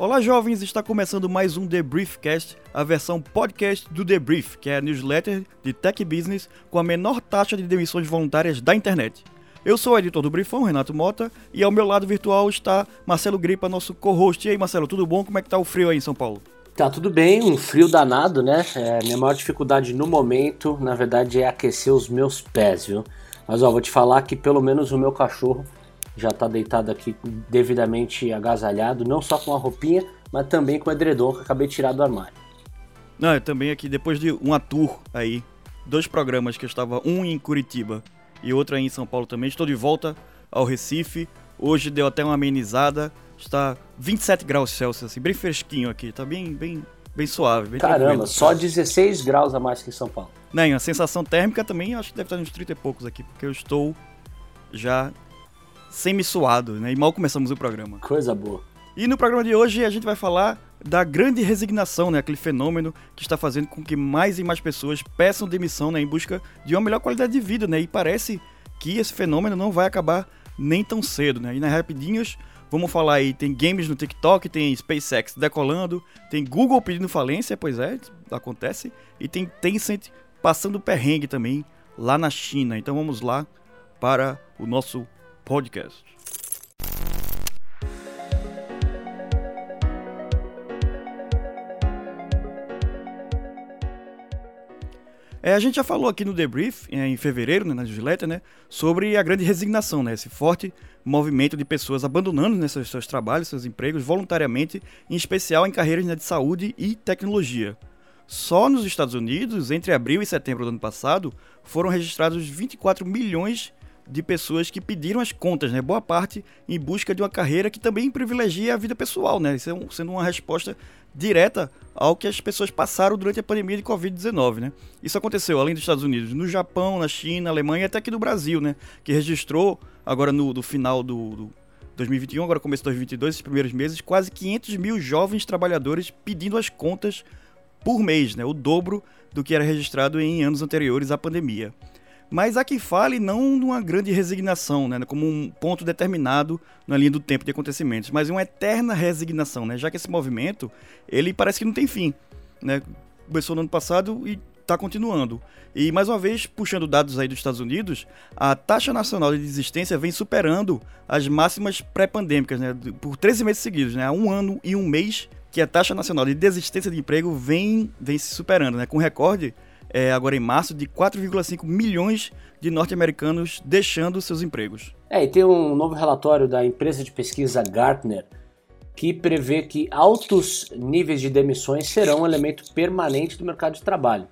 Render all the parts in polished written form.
Olá jovens, está começando mais um The Briefcast, a versão podcast do The Brief, que é a newsletter de Tech Business com a menor taxa de demissões voluntárias da internet. Eu sou o editor do Briefão, Renato Mota, e ao meu lado virtual está Marcelo Gripa, nosso co-host. E aí Marcelo, tudo bom? Como é que tá o frio aí em São Paulo? Tá tudo bem, um frio danado, né? Minha maior dificuldade no momento, na verdade, é aquecer os meus pés, viu? Mas vou te falar que pelo menos o meu cachorro já tá deitado aqui devidamente agasalhado, não só com a roupinha, mas também com o edredom que eu acabei de tirar do armário. Não, eu também aqui, depois de uma tour aí, 2 programas que eu estava, um em Curitiba e outro aí em São Paulo também, estou de volta ao Recife. Hoje deu até uma amenizada, está 27 graus Celsius, assim, bem fresquinho aqui, tá bem suave. Bem Caramba, tranquilo. só 16 graus a mais que em São Paulo. Não, a sensação térmica também acho que deve estar uns 30 e poucos aqui, porque eu estou já semi-suado, né? E mal começamos o programa. Coisa boa. E no programa de hoje a gente vai falar da grande resignação, né? Aquele fenômeno que está fazendo com que mais e mais pessoas peçam demissão, né? Em busca de uma melhor qualidade de vida, né? E parece que esse fenômeno não vai acabar nem tão cedo, né? E nas rapidinhos, vamos falar aí, tem games no TikTok, tem SpaceX decolando, tem Google pedindo falência, pois é, acontece, e tem Tencent passando perrengue também lá na China. Então vamos lá para o nosso podcast. A gente já falou aqui no The Brief, em fevereiro, né, na newsletter, né, sobre a grande resignação, né, esse forte movimento de pessoas abandonando, né, seus trabalhos, seus empregos, voluntariamente, em especial em carreiras, né, de saúde e tecnologia. Só nos Estados Unidos, entre abril e setembro do ano passado, foram registrados 24 milhões de pessoas que pediram as contas, né? Boa parte em busca de uma carreira que também privilegia a vida pessoal, né? Isso sendo uma resposta direta ao que as pessoas passaram durante a pandemia de Covid-19, né? Isso aconteceu, além dos Estados Unidos, no Japão, na China, Alemanha e até aqui no Brasil, né? Que registrou, agora no final do 2021, agora começo de 2022, esses primeiros meses, quase 500 mil jovens trabalhadores pedindo as contas por mês, né? O dobro do que era registrado em anos anteriores à pandemia. Mas há quem fale não numa grande resignação, né, como um ponto determinado na linha do tempo de acontecimentos, mas uma eterna resignação, né, já que esse movimento, ele parece que não tem fim, né, começou no ano passado e está continuando. E mais uma vez, puxando dados aí dos Estados Unidos, a taxa nacional de desistência vem superando as máximas pré-pandêmicas, né, por 13 meses seguidos, né, há 1 ano e 1 mês que a taxa nacional de desistência de emprego vem se superando, né, com recorde agora em março, de 4,5 milhões de norte-americanos deixando seus empregos. E tem um novo relatório da empresa de pesquisa Gartner que prevê que altos níveis de demissões serão um elemento permanente do mercado de trabalho.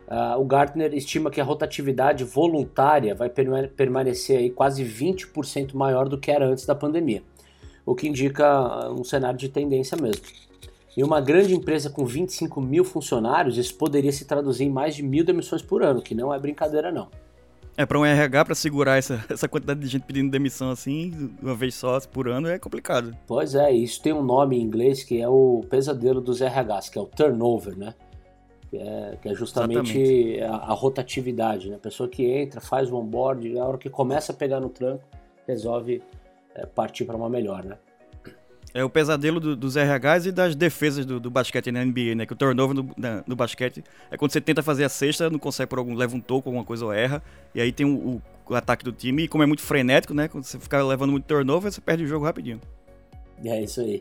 O Gartner estima que a rotatividade voluntária vai permanecer aí quase 20% maior do que era antes da pandemia, o que indica um cenário de tendência mesmo. Em uma grande empresa com 25 mil funcionários, isso poderia se traduzir em mais de 1.000 demissões por ano, que não é brincadeira não. Para um RH, para segurar essa quantidade de gente pedindo demissão assim, uma vez só por ano, é complicado. Pois é, isso tem um nome em inglês que é o pesadelo dos RHs, que é o turnover, né? Que é justamente a rotatividade, né? A pessoa que entra, faz o onboard, a hora que começa a pegar no tranco, resolve partir para uma melhor, né? É o pesadelo dos RHs e das defesas do basquete na NBA, né? Que o turnover no basquete é quando você tenta fazer a cesta, não consegue leva um toco, alguma coisa ou erra, e aí tem o ataque do time, e como é muito frenético, né? Quando você fica levando muito turnover, você perde o jogo rapidinho. É isso aí.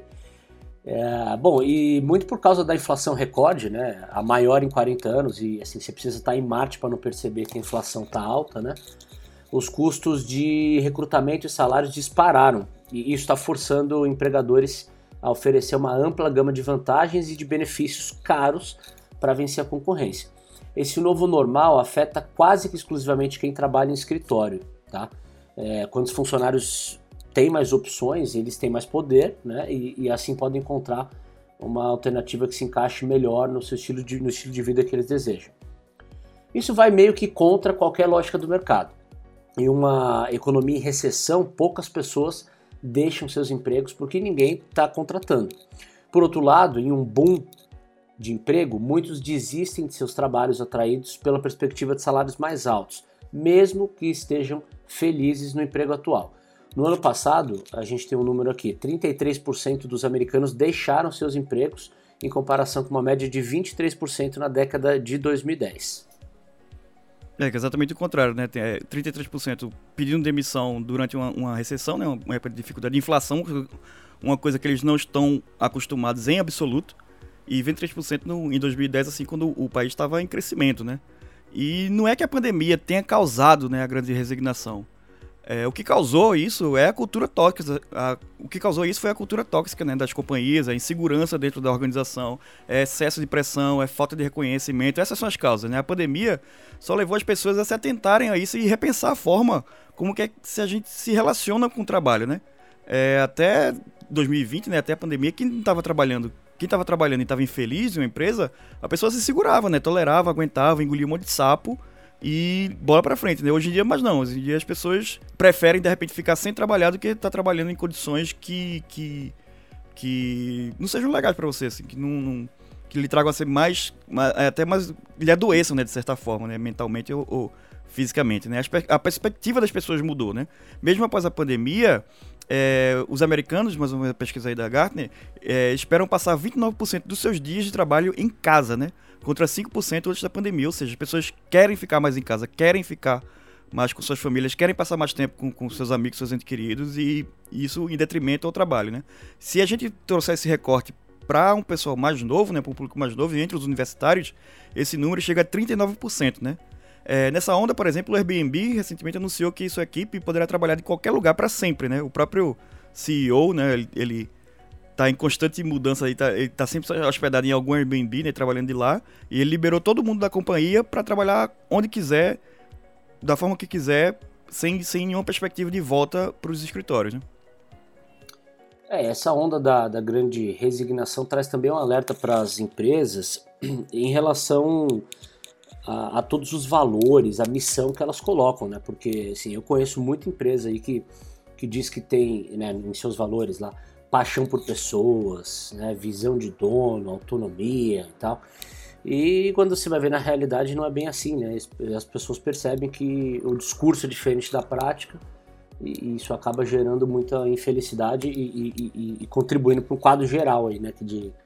Bom, e muito por causa da inflação recorde, né? A maior em 40 anos, e assim, você precisa estar em Marte para não perceber que a inflação está alta, né? Os custos de recrutamento e salários dispararam, e isso está forçando empregadores a oferecer uma ampla gama de vantagens e de benefícios caros para vencer a concorrência. Esse novo normal afeta quase que exclusivamente quem trabalha em escritório, tá? Quando os funcionários têm mais opções, eles têm mais poder, né? E assim podem encontrar uma alternativa que se encaixe melhor no estilo de vida que eles desejam. Isso vai meio que contra qualquer lógica do mercado. Em uma economia em recessão, poucas pessoas deixam seus empregos porque ninguém está contratando. Por outro lado, em um boom de emprego, muitos desistem de seus trabalhos atraídos pela perspectiva de salários mais altos, mesmo que estejam felizes no emprego atual. No ano passado, a gente tem um número aqui, 33% dos americanos deixaram seus empregos, em comparação com uma média de 23% na década de 2010. Que é exatamente o contrário, né? Tem 33% pedindo demissão durante uma recessão, né? Uma época de dificuldade de inflação, uma coisa que eles não estão acostumados em absoluto, e 23% em 2010, assim, quando o país estava em crescimento, né? E não é que a pandemia tenha causado, né, a grande resignação. O que causou isso é a cultura tóxica. O que causou isso foi a cultura tóxica, né, das companhias, a insegurança dentro da organização, excesso de pressão, falta de reconhecimento. Essas são as causas, né? A pandemia só levou as pessoas a se atentarem a isso e repensar a forma como que se a gente se relaciona com o trabalho, né? Até 2020, né, até a pandemia, quem estava trabalhando e estava infeliz em uma empresa, a pessoa se segurava, né? Tolerava, aguentava, engolia um monte de sapo e bola pra frente, né? Hoje em dia, mas não. Hoje em dia as pessoas preferem, de repente, ficar sem trabalhar do que estar trabalhando em condições que não sejam legais pra você, assim, que lhe tragam a ser até mais, lhe adoeçam, né? De certa forma, né? Mentalmente ou fisicamente, né? A perspectiva das pessoas mudou, né? Mesmo após a pandemia, os americanos, mais uma pesquisa aí da Gartner, esperam passar 29% dos seus dias de trabalho em casa, né? Contra 5% antes da pandemia, ou seja, as pessoas querem ficar mais em casa, querem ficar mais com suas famílias, querem passar mais tempo com seus amigos, seus entes queridos, e isso em detrimento ao trabalho, né? Se a gente trouxer esse recorte para um pessoal mais novo, né, para um público mais novo, entre os universitários, esse número chega a 39%, né? Nessa onda, por exemplo, o Airbnb recentemente anunciou que sua equipe poderá trabalhar de qualquer lugar para sempre, né? O próprio CEO, né, ele tá em constante mudança, ele tá sempre hospedado em algum Airbnb, né, trabalhando de lá, e ele liberou todo mundo da companhia para trabalhar onde quiser, da forma que quiser, sem nenhuma perspectiva de volta para os escritórios, né? Essa onda da grande resignação traz também um alerta para as empresas em relação a todos os valores, a missão que elas colocam, né? Porque, assim, eu conheço muita empresa aí que diz que tem, né, em seus valores lá, paixão por pessoas, né, visão de dono, autonomia e tal. E quando você vai ver na realidade não é bem assim, né? As pessoas percebem que o discurso é diferente da prática e isso acaba gerando muita infelicidade e contribuindo para um quadro geral aí, né,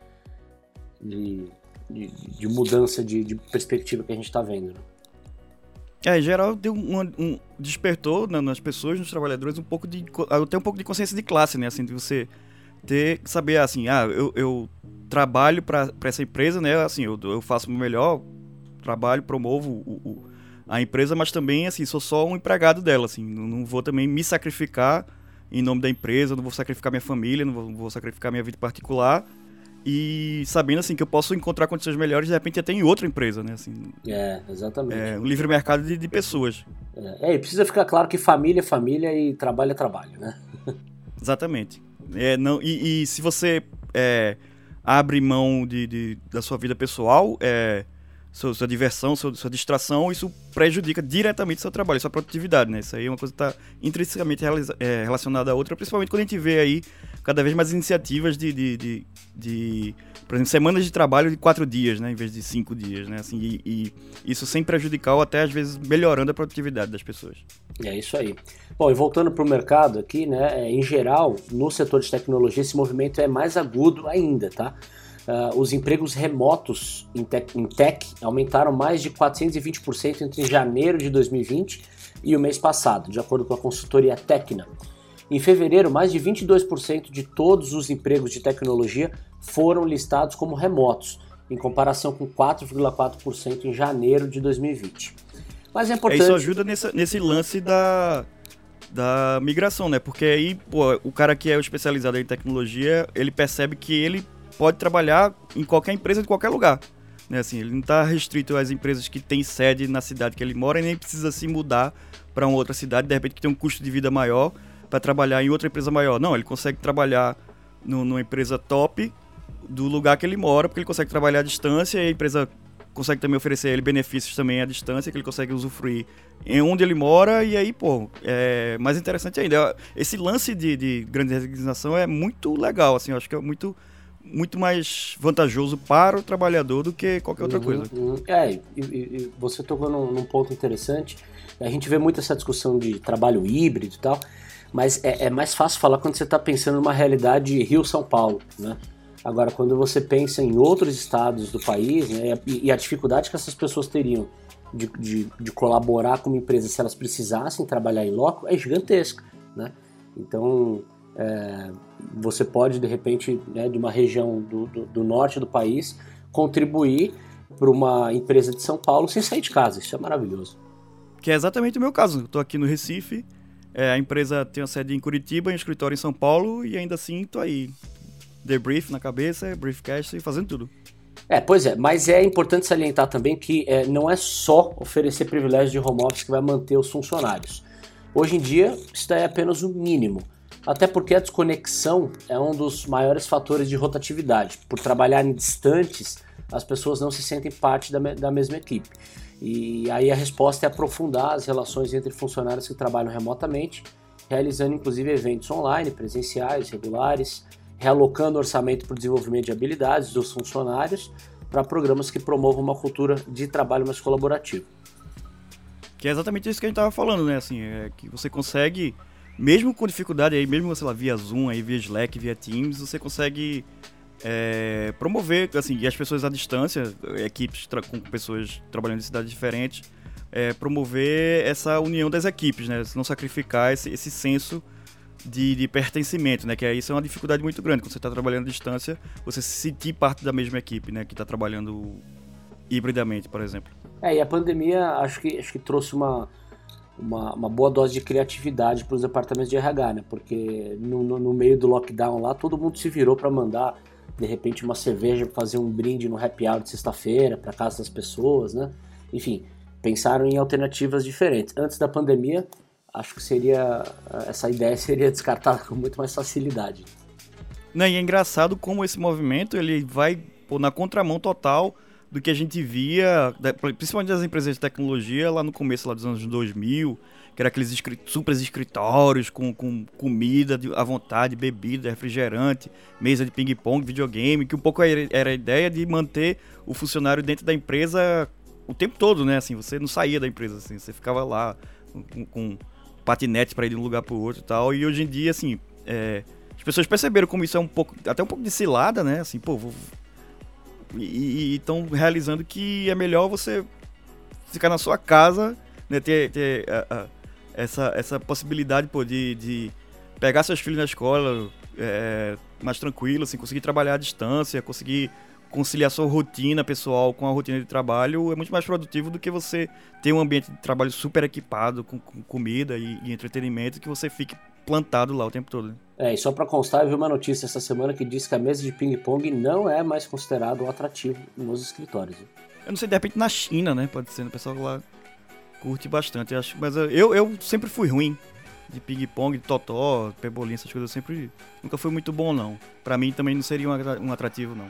de mudança de perspectiva que a gente está vendo, né? Em geral, deu despertou nas pessoas, nos trabalhadores, até um pouco de consciência de classe, né? Assim, de você saber, assim, eu trabalho para essa empresa, né? Assim, eu faço o meu melhor, trabalho, promovo a empresa, mas também, assim, sou só um empregado dela, assim, não vou também me sacrificar em nome da empresa, não vou sacrificar minha família, não vou sacrificar minha vida particular, e sabendo, assim, que eu posso encontrar condições melhores, de repente, até em outra empresa, né? Assim, exatamente. Um livre mercado de pessoas. E precisa ficar claro que família é família e trabalho é trabalho, né? Exatamente. E se você abre mão da sua vida pessoal, sua diversão, sua distração, isso prejudica diretamente seu trabalho, sua produtividade, né? Isso aí é uma coisa que está intrinsecamente relacionada à outra, principalmente quando a gente vê aí cada vez mais iniciativas por exemplo, semanas de trabalho de 4 dias, né? Em vez de 5 dias, né? Assim, e isso sem prejudicar ou até, às vezes, melhorando a produtividade das pessoas. É isso aí. Bom, e voltando para o mercado aqui, né? Em geral, no setor de tecnologia, esse movimento é mais agudo ainda, tá? Os empregos remotos em tech aumentaram mais de 420% entre janeiro de 2020 e o mês passado, de acordo com a consultoria Tecna. Em fevereiro, mais de 22% de todos os empregos de tecnologia foram listados como remotos, em comparação com 4,4% em janeiro de 2020. Mas é importante... Isso ajuda nesse lance da migração, né? Porque aí, pô, o cara que é especializado em tecnologia, ele percebe que ele pode trabalhar em qualquer empresa de qualquer lugar, né? Assim, ele não está restrito às empresas que têm sede na cidade que ele mora e nem precisa se mudar para uma outra cidade, de repente que tem um custo de vida maior, para trabalhar em outra empresa maior. Não, ele consegue trabalhar numa empresa top do lugar que ele mora, porque ele consegue trabalhar à distância e a empresa consegue também oferecer a ele benefícios também à distância, que ele consegue usufruir em onde ele mora, e aí, pô, é mais interessante ainda. Esse lance de grande resignação é muito legal, assim, eu acho que é muito mais vantajoso para o trabalhador do que qualquer outra coisa. E você tocou num ponto interessante. A gente vê muito essa discussão de trabalho híbrido e tal, Mas é mais fácil falar quando você está pensando numa realidade Rio-São Paulo, né? Agora, quando você pensa em outros estados do país, né, e a dificuldade que essas pessoas teriam de colaborar com uma empresa se elas precisassem trabalhar em loco é gigantesca, né? Então, você pode, de repente, né, de uma região do norte do país, contribuir para uma empresa de São Paulo sem sair de casa. Isso é maravilhoso. Que é exatamente o meu caso. Estou aqui no Recife, a empresa tem uma sede em Curitiba, um escritório em São Paulo, e ainda assim estou aí. The Brief na cabeça, Briefcast, fazendo tudo. Pois é, mas é importante salientar também que não é só oferecer privilégios de home office que vai manter os funcionários. Hoje em dia, isso é apenas o mínimo, até porque a desconexão é um dos maiores fatores de rotatividade. Por trabalharem distantes, as pessoas não se sentem parte da mesma equipe. E aí a resposta é aprofundar as relações entre funcionários que trabalham remotamente, realizando inclusive eventos online, presenciais, regulares, realocando orçamento para o desenvolvimento de habilidades dos funcionários para programas que promovam uma cultura de trabalho mais colaborativo. Que é exatamente isso que a gente estava falando, né? Assim, que você consegue, mesmo com dificuldade, aí, mesmo, sei lá, via Zoom, aí, via Slack, via Teams, você consegue promover, assim, e as pessoas à distância, equipes com pessoas trabalhando em cidades diferentes, promover essa união das equipes, né? Não sacrificar esse senso de pertencimento, né? Que isso é uma dificuldade muito grande. Quando você está trabalhando à distância, você se sentir parte da mesma equipe, né? Que está trabalhando hibridamente, por exemplo. E a pandemia acho que trouxe uma boa dose de criatividade para os departamentos de RH, né? Porque no meio do lockdown lá, todo mundo se virou para mandar, de repente, uma cerveja para fazer um brinde no happy hour de sexta-feira para casa das pessoas, né? Enfim, pensaram em alternativas diferentes. Antes da pandemia, acho que essa ideia seria descartada com muito mais facilidade. Não, e é engraçado como esse movimento ele vai na contramão total do que a gente via, principalmente das empresas de tecnologia, lá no começo lá dos anos 2000, que era aqueles super escritórios com comida à vontade, bebida, refrigerante, mesa de ping-pong, videogame, que um pouco era a ideia de manter o funcionário dentro da empresa o tempo todo, né? Assim, você não saía da empresa, assim, você ficava lá com patinete para ir de um lugar para o outro e tal, e hoje em dia, assim, as pessoas perceberam como isso é até um pouco de cilada, né, assim, e estão realizando que é melhor você ficar na sua casa, né, ter essa possibilidade, de pegar seus filhos na escola mais tranquilo, assim, conseguir trabalhar à distância, conseguir conciliar sua rotina pessoal com a rotina de trabalho é muito mais produtivo do que você ter um ambiente de trabalho super equipado com comida e entretenimento que você fique plantado lá o tempo todo. E só para constar, eu vi uma notícia essa semana que diz que a mesa de ping-pong não é mais considerado um atrativo nos escritórios. Eu não sei, de repente na China, né? Pode ser, o pessoal lá curte bastante, eu acho, mas eu sempre fui ruim de ping-pong, de totó, pebolim, essas coisas, nunca foi muito bom, não. Pra mim também não seria um atrativo, não.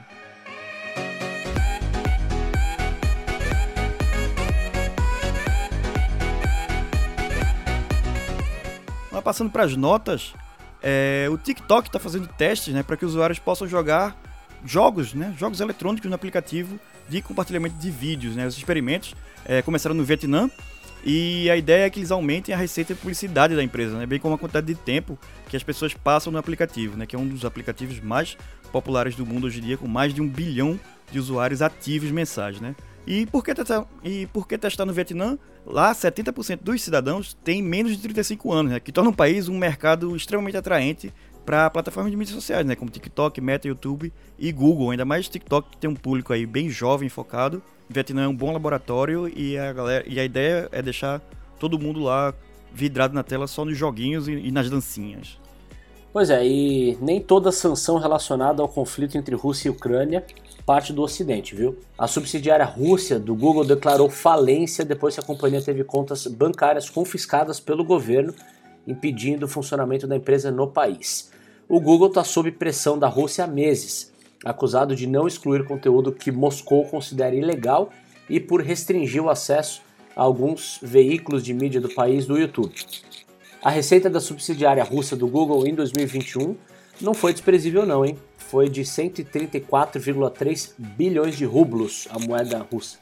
Passando para as notas, o TikTok está fazendo testes, né, para que os usuários possam jogar jogos, né, jogos eletrônicos no aplicativo de compartilhamento de vídeos, né. Os experimentos começaram no Vietnã e a ideia é que eles aumentem a receita e publicidade da empresa, né, bem como a quantidade de tempo que as pessoas passam no aplicativo, né, que é um dos aplicativos mais populares do mundo hoje em dia, com mais de 1 bilhão de usuários ativos mensais, né. E por que testar no Vietnã? Lá, 70% dos cidadãos têm menos de 35 anos, né? Que torna o país um mercado extremamente atraente para plataformas de mídias sociais, né? Como TikTok, Meta, YouTube e Google. Ainda mais TikTok, que tem um público aí bem jovem, focado. O Vietnã é um bom laboratório e a ideia é deixar todo mundo lá vidrado na tela só nos joguinhos e nas dancinhas. Pois é, e nem toda sanção relacionada ao conflito entre Rússia e Ucrânia parte do Ocidente, viu? A subsidiária Rússia do Google declarou falência depois que a companhia teve contas bancárias confiscadas pelo governo, impedindo o funcionamento da empresa no país. O Google está sob pressão da Rússia há meses, acusado de não excluir conteúdo que Moscou considera ilegal e por restringir o acesso a alguns veículos de mídia do país do YouTube. A receita da subsidiária russa do Google em 2021 não foi desprezível não, hein? Foi de 134,3 bilhões de rublos, a moeda russa.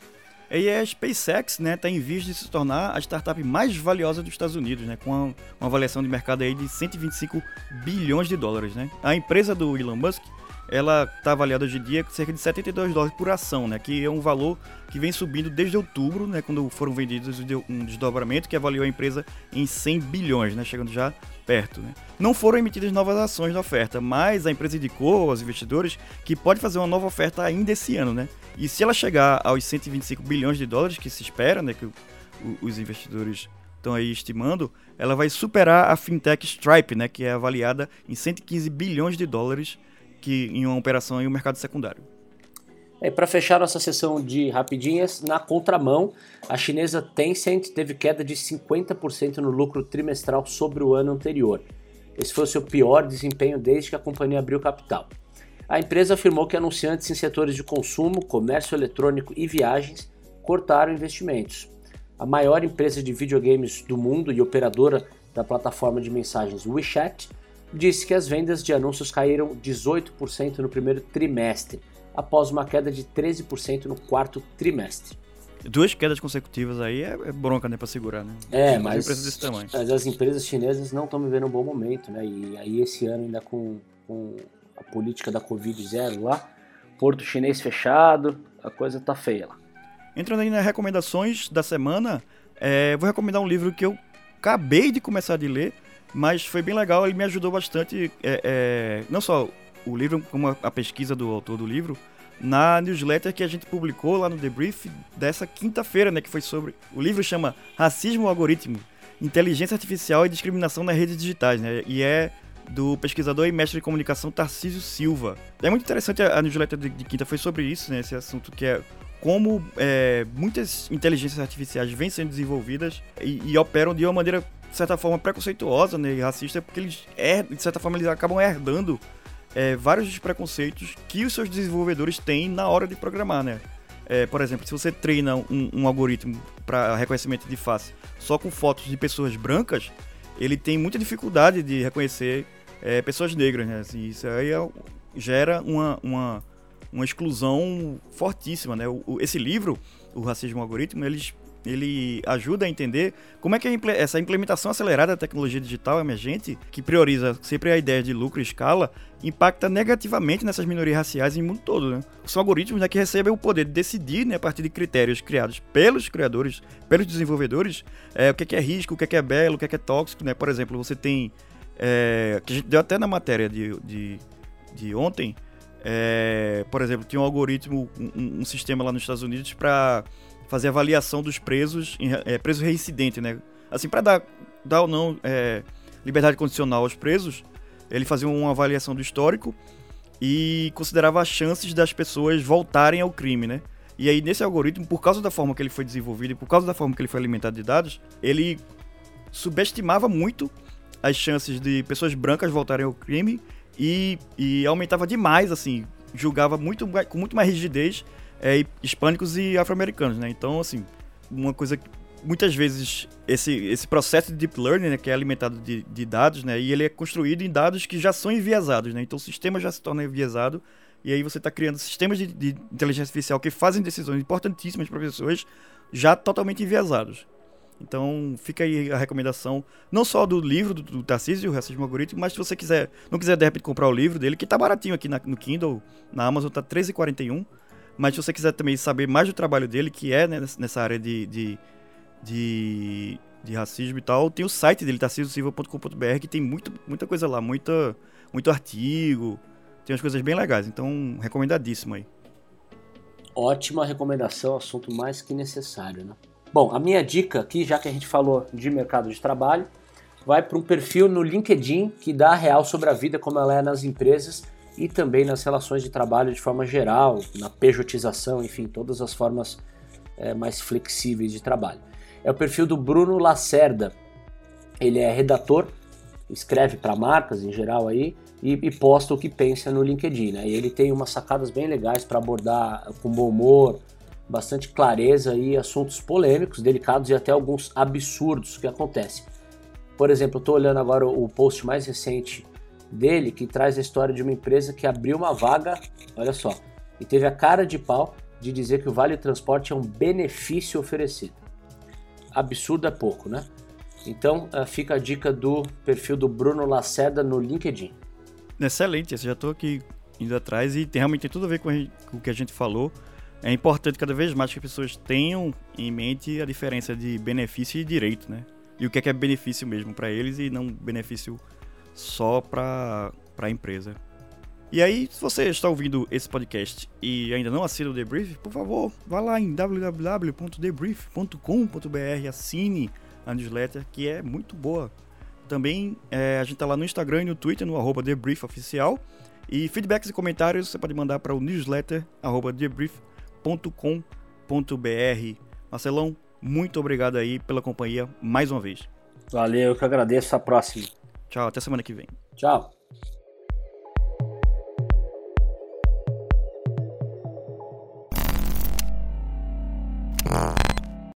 E a SpaceX, né, está em vias de se tornar a startup mais valiosa dos Estados Unidos, né, com uma avaliação de mercado aí de 125 bilhões de dólares, né. A empresa do Elon Musk, ela está avaliada hoje em dia com cerca de 72 dólares por ação, né, que é um valor que vem subindo desde outubro, né, quando foram vendidos um desdobramento que avaliou a empresa em 100 bilhões, né, chegando já perto, né. Não foram emitidas novas ações da oferta, mas a empresa indicou aos investidores que pode fazer uma nova oferta ainda esse ano, né. E se ela chegar aos 125 bilhões de dólares, que se espera, né, que os investidores estão aí estimando, ela vai superar a fintech Stripe, né, que é avaliada em 115 bilhões de dólares que, em uma operação em um mercado secundário. Para fechar nossa sessão de rapidinhas, na contramão, a chinesa Tencent teve queda de 50% no lucro trimestral sobre o ano anterior. Esse foi o seu pior desempenho desde que a companhia abriu capital. A empresa afirmou que anunciantes em setores de consumo, comércio eletrônico e viagens cortaram investimentos. A maior empresa de videogames do mundo e operadora da plataforma de mensagens WeChat disse que as vendas de anúncios caíram 18% no primeiro trimestre, após uma queda de 13% no quarto trimestre. 2 quedas consecutivas aí é bronca, né, para segurar, né? Mas desse tamanho. As empresas chinesas não estão vivendo um bom momento, né? E aí esse ano ainda com a política da Covid-0 lá, porto chinês fechado, a coisa tá feia lá. Entrando aí nas recomendações da semana, vou recomendar um livro que eu acabei de começar a ler, mas foi bem legal, ele me ajudou bastante, não só o livro, como a pesquisa do autor do livro, na newsletter que a gente publicou lá no Debrief dessa quinta-feira, né, que foi sobre... O livro chama Racismo Algoritmo, Inteligência Artificial e Discriminação nas Redes Digitais, né, e é do pesquisador e mestre de comunicação Tarcísio Silva. É muito interessante, a newsletter de quinta foi sobre isso, né, esse assunto que é como muitas inteligências artificiais vêm sendo desenvolvidas e operam de uma maneira, de certa forma, preconceituosa, né, e racista, porque eles, de certa forma, eles acabam herdando vários dos preconceitos que os seus desenvolvedores têm na hora de programar, né? Por exemplo, se você treina um algoritmo para reconhecimento de face só com fotos de pessoas brancas, ele tem muita dificuldade de reconhecer pessoas negras, né? Assim, isso aí gera uma exclusão fortíssima, né? Esse livro, O Racismo Algoritmo, ele ajuda a entender como é que essa implementação acelerada da tecnologia digital emergente, que prioriza sempre a ideia de lucro e escala, impacta negativamente nessas minorias raciais em mundo todo, né? São algoritmos, né, que recebem o poder de decidir, né, a partir de critérios criados pelos criadores, pelos desenvolvedores, o que é risco, o que é belo, o que é tóxico, né? Por exemplo, você tem, que a gente deu até na matéria de ontem, por exemplo, tinha um algoritmo, um sistema lá nos Estados Unidos para fazer avaliação dos presos, preso reincidente, né? Assim, para dar ou não liberdade condicional aos presos, ele fazia uma avaliação do histórico e considerava as chances das pessoas voltarem ao crime, né? E aí, nesse algoritmo, por causa da forma que ele foi desenvolvido e por causa da forma que ele foi alimentado de dados, ele subestimava muito as chances de pessoas brancas voltarem ao crime e aumentava demais, assim, julgava com muito mais rigidez hispânicos e afro-americanos, né? Então, assim, uma coisa que muitas vezes esse processo de deep learning, né, que é alimentado de dados, né, e ele é construído em dados que já são enviesados, né? Então o sistema já se torna enviesado e aí você está criando sistemas de inteligência artificial que fazem decisões importantíssimas para pessoas já totalmente enviesados. Então fica aí a recomendação, não só do livro do Tarcísio, o Racismo Algoritmo, mas se você não quiser de repente comprar o livro dele, que tá baratinho aqui no Kindle, na Amazon tá R$13,41, mas se você quiser também saber mais do trabalho dele, que é, né, nessa área de racismo e tal, tem o site dele, tarcisiosilva.com.br, que tem muita coisa lá, muito artigo, tem umas coisas bem legais, então recomendadíssimo aí. Ótima recomendação, assunto mais que necessário, né? Bom, a minha dica aqui, já que a gente falou de mercado de trabalho, vai para um perfil no LinkedIn que dá a real sobre a vida como ela é nas empresas e também nas relações de trabalho de forma geral, na pejotização, enfim, todas as formas mais flexíveis de trabalho. É o perfil do Bruno Lacerda. Ele é redator, escreve para marcas em geral aí e posta o que pensa no LinkedIn, né? E ele tem umas sacadas bem legais para abordar com bom humor, bastante clareza e assuntos polêmicos, delicados e até alguns absurdos que acontecem. Por exemplo, eu estou olhando agora o post mais recente dele, que traz a história de uma empresa que abriu uma vaga, olha só, e teve a cara de pau de dizer que o Vale Transporte é um benefício oferecido. Absurdo é pouco, né? Então, fica a dica do perfil do Bruno Lacerda no LinkedIn. Excelente, eu já estou aqui indo atrás e realmente tem tudo a ver com o que a gente falou. É importante cada vez mais que as pessoas tenham em mente a diferença de benefício e direito, né? E o que é benefício mesmo para eles e não benefício só para a empresa. E aí, se você está ouvindo esse podcast e ainda não assina o Debrief, por favor, vá lá em www.debrief.com.br, assine a newsletter, que é muito boa. Também a gente está lá no Instagram e no Twitter, no @debriefoficial. E feedbacks e comentários você pode mandar para o newsletter@debrief.com.br. Marcelão, muito obrigado aí pela companhia mais uma vez. Valeu, eu que agradeço. A próxima. Tchau, até semana que vem. Tchau.